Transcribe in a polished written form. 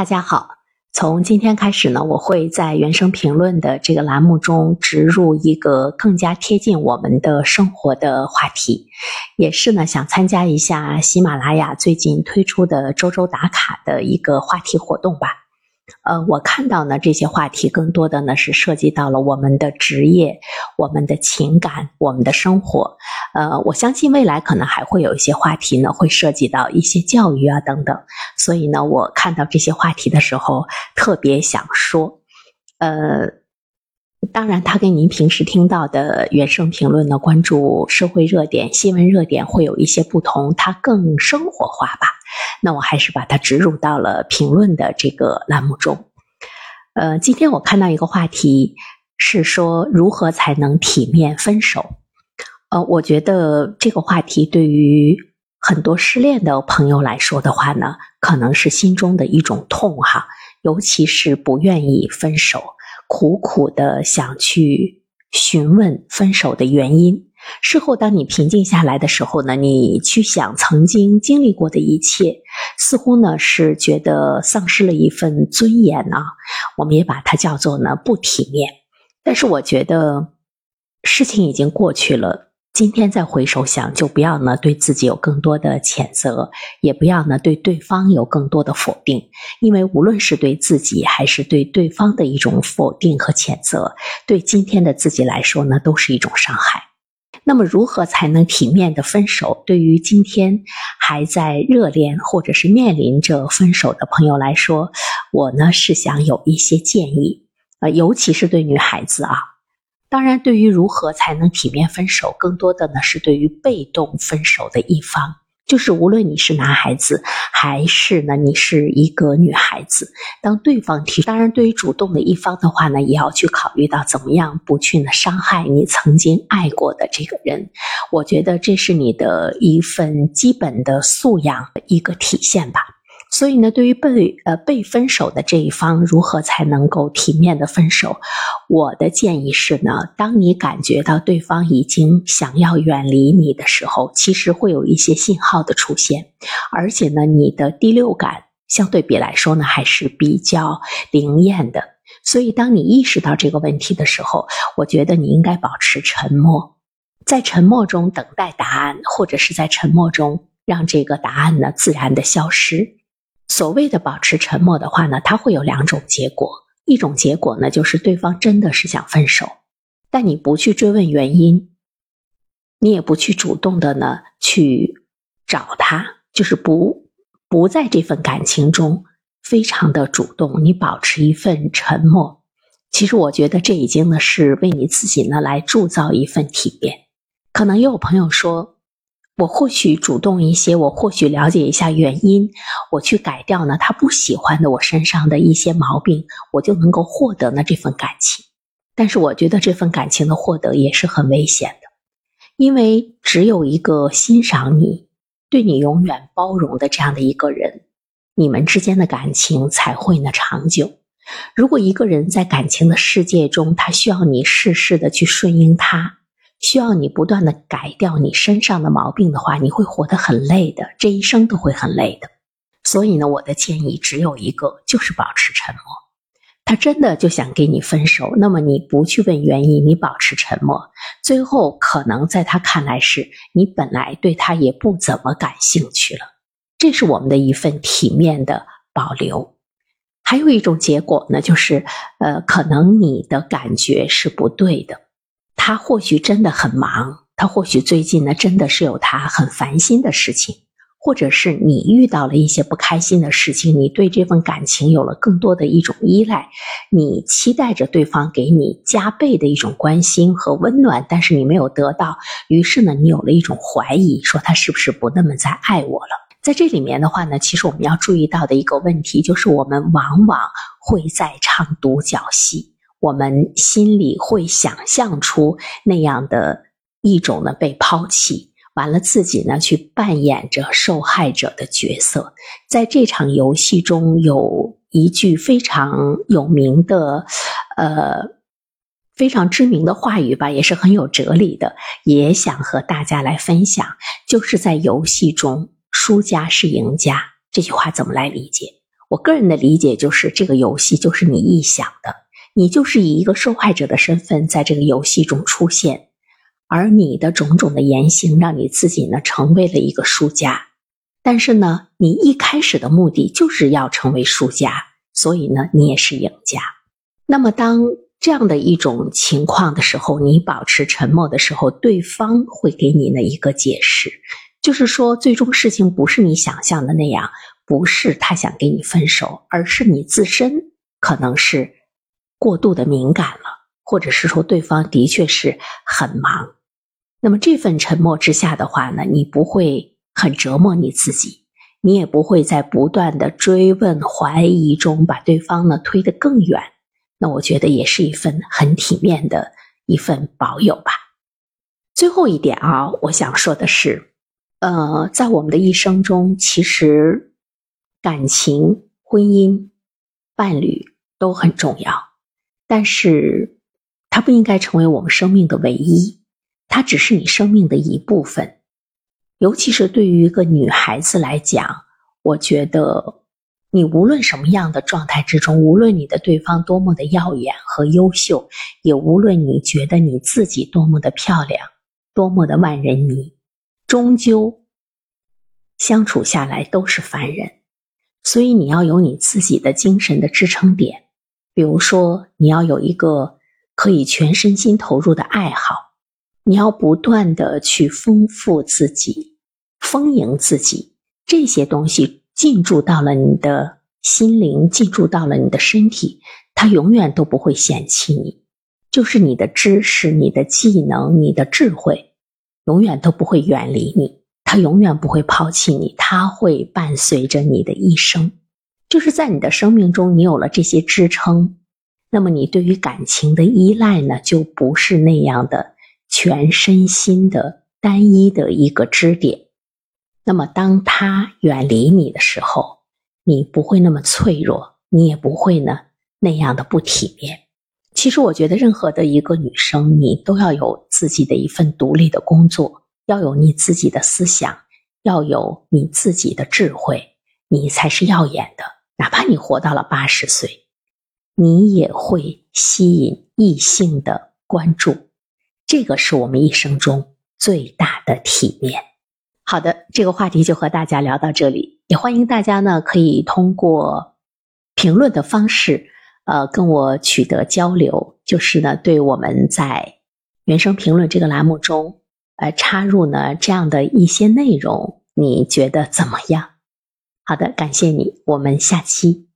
大家好，从今天开始呢，我会在原声评论的这个栏目中植入一个更加贴近我们的生活的话题，也是呢想参加一下喜马拉雅最近推出的周周打卡的一个话题活动吧。我看到呢这些话题更多的呢是涉及到了我们的职业、我们的情感、我们的生活。我相信未来可能还会有一些话题呢会涉及到一些教育啊等等，所以呢我看到这些话题的时候特别想说。当然它跟您平时听到的原声评论呢关注社会热点、新闻热点会有一些不同，它更生活化吧。那我还是把它植入到了评论的这个栏目中。今天我看到一个话题是说如何才能体面分手。我觉得这个话题对于很多失恋的朋友来说的话呢，可能是心中的一种痛哈，尤其是不愿意分手，苦苦的想去询问分手的原因。事后当你平静下来的时候呢，你去想曾经经历过的一切，似乎呢是觉得丧失了一份尊严啊，我们也把它叫做呢不体面。但是我觉得事情已经过去了，今天再回首想，就不要呢对自己有更多的谴责，也不要呢对对方有更多的否定，因为无论是对自己还是对对方的一种否定和谴责，对今天的自己来说呢都是一种伤害。那么如何才能体面的分手？对于今天还在热恋或者是面临着分手的朋友来说，我呢是想有一些建议，尤其是对女孩子啊。当然对于如何才能体面分手，更多的呢是对于被动分手的一方，就是无论你是男孩子还是呢你是一个女孩子，当对方提，当然对于主动的一方的话呢，也要去考虑到怎么样不去呢伤害你曾经爱过的这个人。我觉得这是你的一份基本的素养的一个体现吧。所以呢，对于被分手的这一方，如何才能够体面的分手？我的建议是呢，当你感觉到对方已经想要远离你的时候，其实会有一些信号的出现，而且呢，你的第六感相对比来说呢，还是比较灵验的。所以当你意识到这个问题的时候，我觉得你应该保持沉默，在沉默中等待答案，或者是在沉默中让这个答案呢自然的消失。所谓的保持沉默的话呢，它会有两种结果。一种结果呢，就是对方真的是想分手，但你不去追问原因，你也不去主动的呢去找他，就是不在这份感情中非常的主动，你保持一份沉默。其实我觉得这已经呢是为你自己呢来铸造一份体面。可能也有朋友说，我或许主动一些，我或许了解一下原因，我去改掉呢他不喜欢的我身上的一些毛病，我就能够获得呢这份感情。但是我觉得这份感情的获得也是很危险的，因为只有一个欣赏你、对你永远包容的这样的一个人，你们之间的感情才会呢长久。如果一个人在感情的世界中，他需要你事事的去顺应他，需要你不断的改掉你身上的毛病的话，你会活得很累的，这一生都会很累的。所以呢，我的建议只有一个，就是保持沉默。他真的就想跟你分手，那么你不去问原因，你保持沉默，最后可能在他看来是你本来对他也不怎么感兴趣了。这是我们的一份体面的保留。还有一种结果呢，就是可能你的感觉是不对的，他或许真的很忙，他或许最近呢真的是有他很烦心的事情，或者是你遇到了一些不开心的事情，你对这份感情有了更多的一种依赖，你期待着对方给你加倍的一种关心和温暖，但是你没有得到，于是呢你有了一种怀疑，说他是不是不那么再爱我了。在这里面的话呢，其实我们要注意到的一个问题，就是我们往往会在唱独角戏，我们心里会想象出那样的一种呢被抛弃，完了自己呢去扮演着受害者的角色。在这场游戏中有一句非常有名的非常知名的话语吧，也是很有哲理的，也想和大家来分享，就是在游戏中输家是赢家。这句话怎么来理解？ 我个人的理解就是这个游戏就是你臆想的，你就是以一个受害者的身份在这个游戏中出现，而你的种种的言行让你自己呢成为了一个输家。但是呢，你一开始的目的就是要成为输家，所以呢，你也是赢家。那么当这样的一种情况的时候，你保持沉默的时候，对方会给你的一个解释，就是说最终事情不是你想象的那样，不是他想给你分手，而是你自身可能是过度的敏感了，或者是说对方的确是很忙。那么这份沉默之下的话呢，你不会很折磨你自己，你也不会在不断的追问怀疑中把对方呢推得更远，那我觉得也是一份很体面的一份保有吧。最后一点啊，我想说的是在我们的一生中，其实感情、婚姻、伴侣都很重要，但是它不应该成为我们生命的唯一，它只是你生命的一部分。尤其是对于一个女孩子来讲，我觉得你无论什么样的状态之中，无论你的对方多么的耀眼和优秀，也无论你觉得你自己多么的漂亮，多么的万人迷，终究相处下来都是凡人。所以你要有你自己的精神的支撑点，比如说你要有一个可以全身心投入的爱好，你要不断的去丰富自己，丰盈自己，这些东西进驻到了你的心灵，进驻到了你的身体，它永远都不会嫌弃你。就是你的知识、你的技能、你的智慧，永远都不会远离你，它永远不会抛弃你，它会伴随着你的一生。就是在你的生命中，你有了这些支撑，那么你对于感情的依赖呢，就不是那样的全身心的单一的一个支点。那么当他远离你的时候，你不会那么脆弱，你也不会呢那样的不体面。其实我觉得任何的一个女生，你都要有自己的一份独立的工作，要有你自己的思想，要有你自己的智慧，你才是耀眼的。哪怕你活到了80岁，你也会吸引异性的关注，这个是我们一生中最大的体面。好的，这个话题就和大家聊到这里，也欢迎大家呢可以通过评论的方式跟我取得交流，就是呢对我们在原声评论这个栏目中插入呢这样的一些内容，你觉得怎么样？好的，感谢你，我们下期